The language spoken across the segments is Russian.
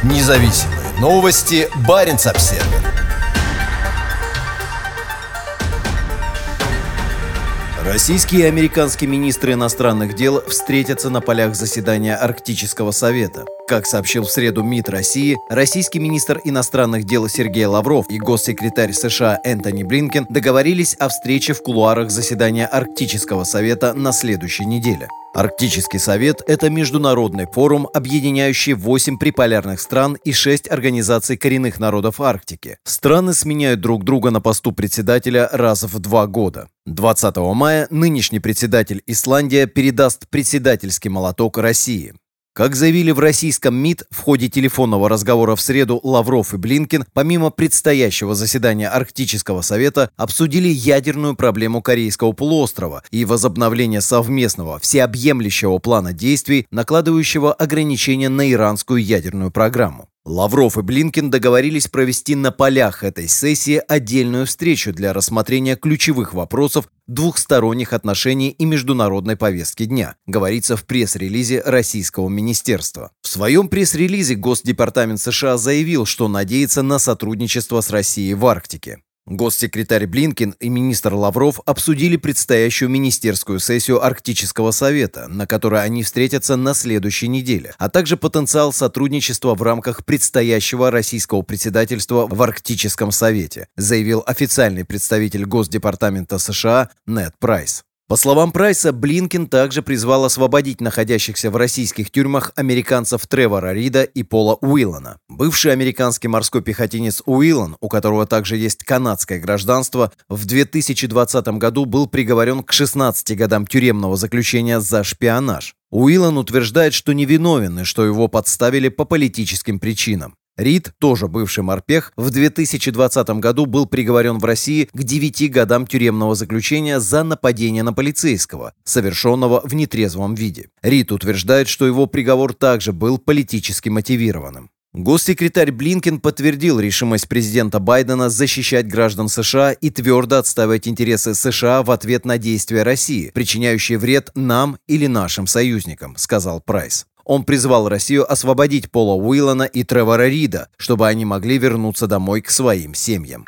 Независимые новости. Баренц-Обсервер. Российские и американские министры иностранных дел встретятся на полях заседания Арктического совета. Как сообщил в среду МИД России, российский министр иностранных дел Сергей Лавров и госсекретарь США Энтони Блинкен договорились о встрече в кулуарах заседания Арктического совета на следующей неделе. Арктический совет – это международный форум, объединяющий 8 приполярных стран и 6 организаций коренных народов Арктики. Страны сменяют друг друга на посту председателя раз в 2 года. 20 мая нынешний председатель Исландия передаст председательский молоток России. Как заявили в российском МИД, в ходе телефонного разговора в среду Лавров и Блинкен, помимо предстоящего заседания Арктического совета, обсудили ядерную проблему Корейского полуострова и возобновление совместного всеобъемлющего плана действий, накладывающего ограничения на иранскую ядерную программу. Лавров и Блинкен договорились провести на полях этой сессии отдельную встречу для рассмотрения ключевых вопросов двухсторонних отношений и международной повестки дня, говорится в пресс-релизе российского министерства. В своем пресс-релизе Госдепартамент США заявил, что надеется на сотрудничество с Россией в Арктике. Госсекретарь Блинкен и министр Лавров обсудили предстоящую министерскую сессию Арктического совета, на которой они встретятся на следующей неделе, а также потенциал сотрудничества в рамках предстоящего российского председательства в Арктическом совете, заявил официальный представитель Госдепартамента США Нед Прайс. По словам Прайса, Блинкен также призвал освободить находящихся в российских тюрьмах американцев Тревора Рида и Пола Уиллана. Бывший американский морской пехотинец Уиллан, у которого также есть канадское гражданство, в 2020 году был приговорен к 16 годам тюремного заключения за шпионаж. Уиллан утверждает, что невиновен и что его подставили по политическим причинам. Рид, тоже бывший морпех, в 2020 году был приговорен в России к 9 годам тюремного заключения за нападение на полицейского, совершенного в нетрезвом виде. Рид утверждает, что его приговор также был политически мотивированным. Госсекретарь Блинкен подтвердил решимость президента Байдена защищать граждан США и твердо отстаивать интересы США в ответ на действия России, причиняющие вред нам или нашим союзникам, сказал Прайс. Он призвал Россию освободить Пола Уиллана и Тревора Рида, чтобы они могли вернуться домой к своим семьям.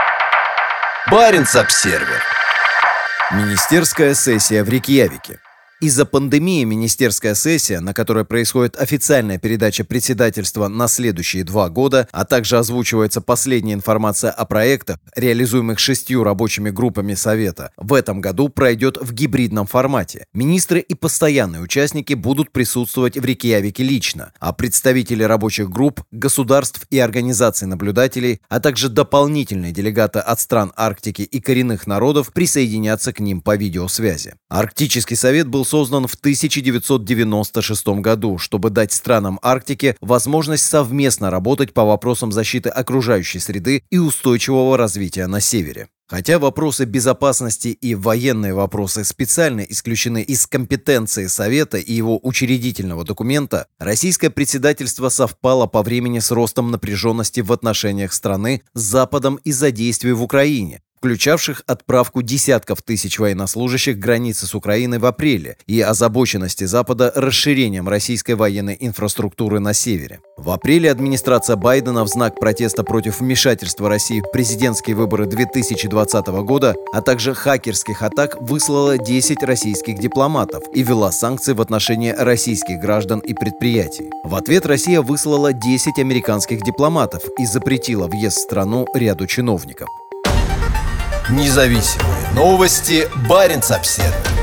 Баренц-Обсервер. Министерская сессия в Рейкьявике. Из-за пандемии министерская сессия, на которой происходит официальная передача председательства на следующие 2 года, а также озвучивается последняя информация о проектах, реализуемых 6 рабочими группами Совета, в этом году пройдет в гибридном формате. Министры и постоянные участники будут присутствовать в Рейкьявике лично, а представители рабочих групп, государств и организаций наблюдателей, а также дополнительные делегаты от стран Арктики и коренных народов присоединятся к ним по видеосвязи. Арктический совет был создан в 1996 году, чтобы дать странам Арктики возможность совместно работать по вопросам защиты окружающей среды и устойчивого развития на севере. Хотя вопросы безопасности и военные вопросы специально исключены из компетенции Совета и его учредительного документа, российское председательство совпало по времени с ростом напряженности в отношениях страны с Западом из-за действий в Украине, включавших отправку десятков тысяч военнослужащих к границе с Украиной в апреле и озабоченности Запада расширением российской военной инфраструктуры на севере. В апреле администрация Байдена в знак протеста против вмешательства России в президентские выборы 2020 года, а также хакерских атак выслала 10 российских дипломатов и ввела санкции в отношении российских граждан и предприятий. В ответ Россия выслала 10 американских дипломатов и запретила въезд в страну ряду чиновников. Независимые новости. Баренц-Обсервер.